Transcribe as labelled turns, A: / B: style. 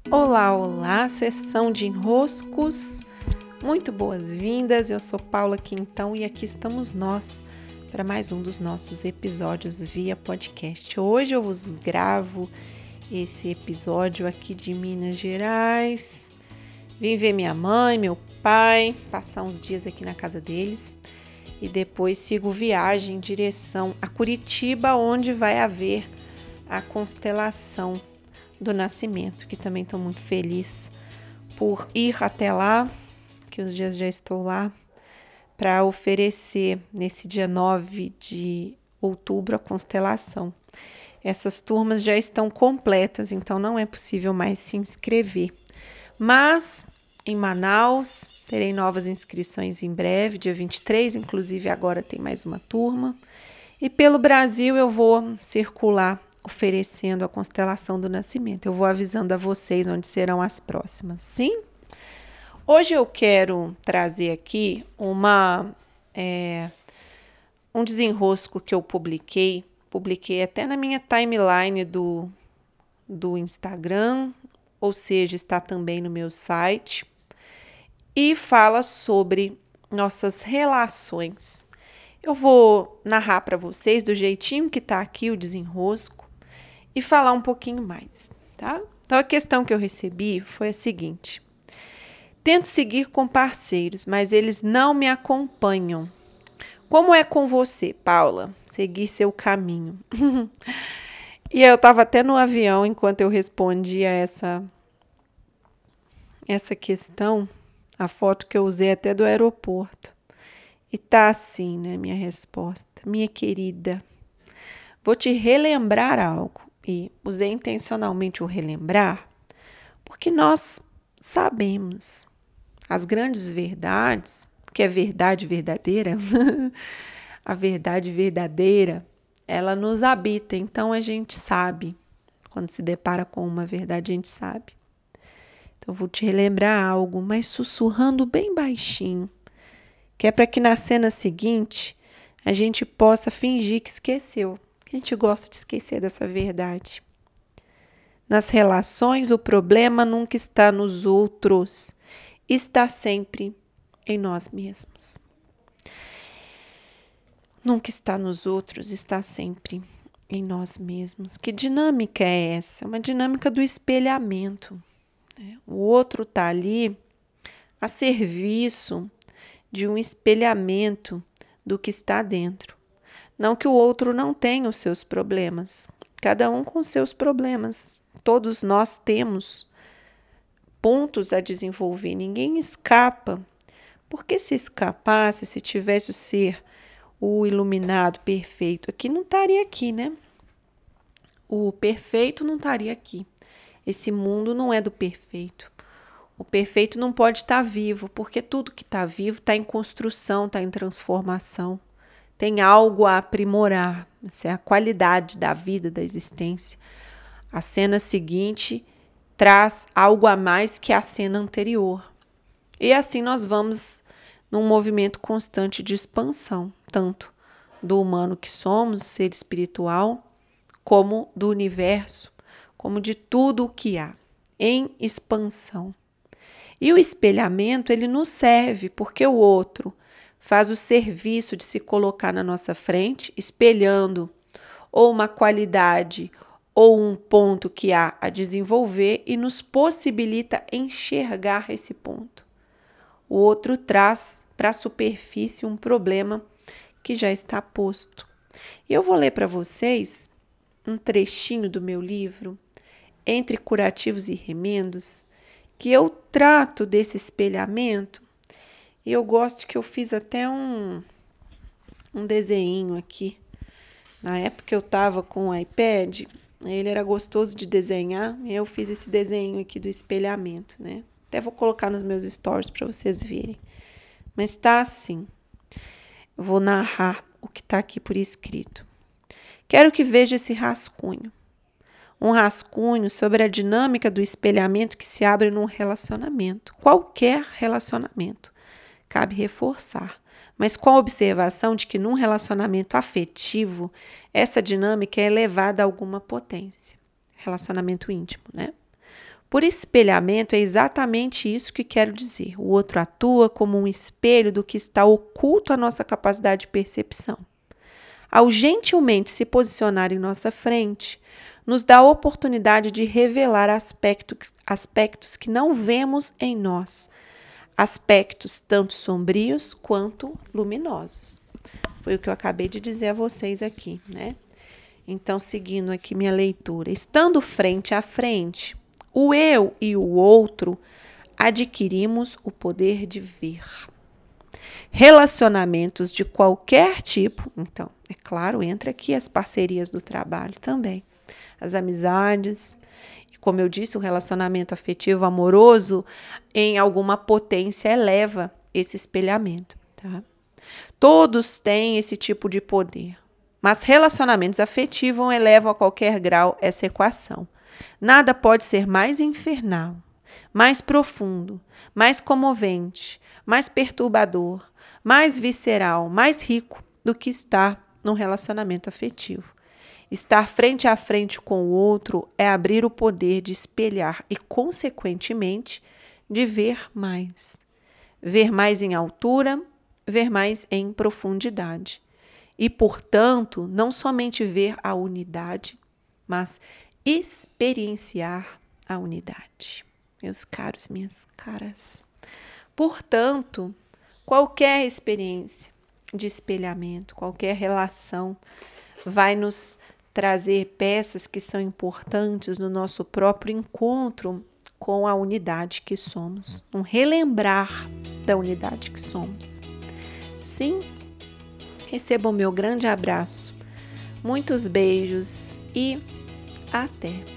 A: Olá, olá, sessão de enroscos, muito boas-vindas, eu sou Paula Quintão e aqui estamos nós para mais um dos nossos episódios via podcast. Hoje eu vos gravo esse episódio aqui de Minas Gerais, vim ver minha mãe, meu pai, passar uns dias aqui na casa deles e depois sigo viagem em direção a Curitiba, onde vai haver a constelação do nascimento, que também estou muito feliz por ir até lá, que os dias já estou lá, para oferecer nesse dia 9 de outubro a constelação. Essas turmas já estão completas, então não é possível mais se inscrever. Mas em Manaus terei novas inscrições em breve, dia 23, inclusive agora tem mais uma turma. E pelo Brasil eu vou circular oferecendo a constelação do nascimento. Eu vou avisando a vocês onde serão as próximas, sim? Hoje eu quero trazer aqui um desenrosco que eu publiquei até na minha timeline do Instagram, ou seja, está também no meu site, e fala sobre nossas relações. Eu vou narrar para vocês do jeitinho que está aqui o desenrosco, e falar um pouquinho mais, tá? Então, a questão que eu recebi foi a seguinte: tento seguir com parceiros, mas eles não me acompanham. Como é com você, Paula? Seguir seu caminho. E eu estava até no avião enquanto eu respondia essa questão, a foto que eu usei até do aeroporto. E tá assim, né, minha resposta. Minha querida, vou te relembrar algo. E usei intencionalmente o relembrar, porque nós sabemos as grandes verdades, que é verdade verdadeira, a verdade verdadeira, ela nos habita, então a gente sabe, quando se depara com uma verdade, a gente sabe. Então vou te relembrar algo, mas sussurrando bem baixinho, que é para que na cena seguinte a gente possa fingir que esqueceu. A gente gosta de esquecer dessa verdade. Nas relações, o problema nunca está nos outros, está sempre em nós mesmos. Nunca está nos outros, está sempre em nós mesmos. Que dinâmica é essa? É uma dinâmica do espelhamento, né? O outro está ali a serviço de um espelhamento do que está dentro. Não que o outro não tenha os seus problemas, cada um com seus problemas. Todos nós temos pontos a desenvolver, ninguém escapa. Porque se escapasse, se tivesse o ser, o iluminado perfeito aqui, não estaria aqui, né? O perfeito não estaria aqui. Esse mundo não é do perfeito. O perfeito não pode estar vivo, porque tudo que está vivo está em construção, está em transformação. Tem algo a aprimorar, essa é a qualidade da vida, da existência. A cena seguinte traz algo a mais que a cena anterior. E assim nós vamos num movimento constante de expansão, tanto do humano que somos, ser espiritual, como do universo, como de tudo o que há, em expansão. E o espelhamento, ele nos serve porque o outro faz o serviço de se colocar na nossa frente, espelhando ou uma qualidade ou um ponto que há a desenvolver e nos possibilita enxergar esse ponto. O outro traz para a superfície um problema que já está posto. E eu vou ler para vocês um trechinho do meu livro, Entre Curativos e Remendos, que eu trato desse espelhamento. E eu gosto que eu fiz até um desenho aqui. Na época eu estava com o iPad, ele era gostoso de desenhar, e eu fiz esse desenho aqui do espelhamento, né? Até vou colocar nos meus stories para vocês verem. Mas está assim. Eu vou narrar o que está aqui por escrito. Quero que veja esse rascunho. Um rascunho sobre a dinâmica do espelhamento que se abre num relacionamento. Qualquer relacionamento. Cabe reforçar. Mas com a observação de que num relacionamento afetivo, essa dinâmica é elevada a alguma potência. Relacionamento íntimo, né? Por espelhamento é exatamente isso que quero dizer. O outro atua como um espelho do que está oculto à nossa capacidade de percepção. Ao gentilmente se posicionar em nossa frente, nos dá a oportunidade de revelar aspectos que não vemos em nós, aspectos tanto sombrios quanto luminosos. Foi o que eu acabei de dizer a vocês aqui, né? Então, seguindo aqui minha leitura. Estando frente a frente, o eu e o outro adquirimos o poder de ver. Relacionamentos de qualquer tipo, então, é claro, entra aqui as parcerias do trabalho também, as amizades, e como eu disse, o relacionamento afetivo amoroso, em alguma potência, eleva esse espelhamento, tá? Todos têm esse tipo de poder, mas relacionamentos afetivos elevam a qualquer grau essa equação. Nada pode ser mais infernal, mais profundo, mais comovente, mais perturbador, mais visceral, mais rico do que estar num relacionamento afetivo. Estar frente a frente com o outro é abrir o poder de espelhar e, consequentemente, de ver mais. Ver mais em altura, ver mais em profundidade. E, portanto, não somente ver a unidade, mas experienciar a unidade. Meus caros, minhas caras. Portanto, qualquer experiência de espelhamento, qualquer relação vai nos trazer peças que são importantes no nosso próprio encontro com a unidade que somos, um relembrar da unidade que somos. Sim, receba o meu grande abraço, muitos beijos e até!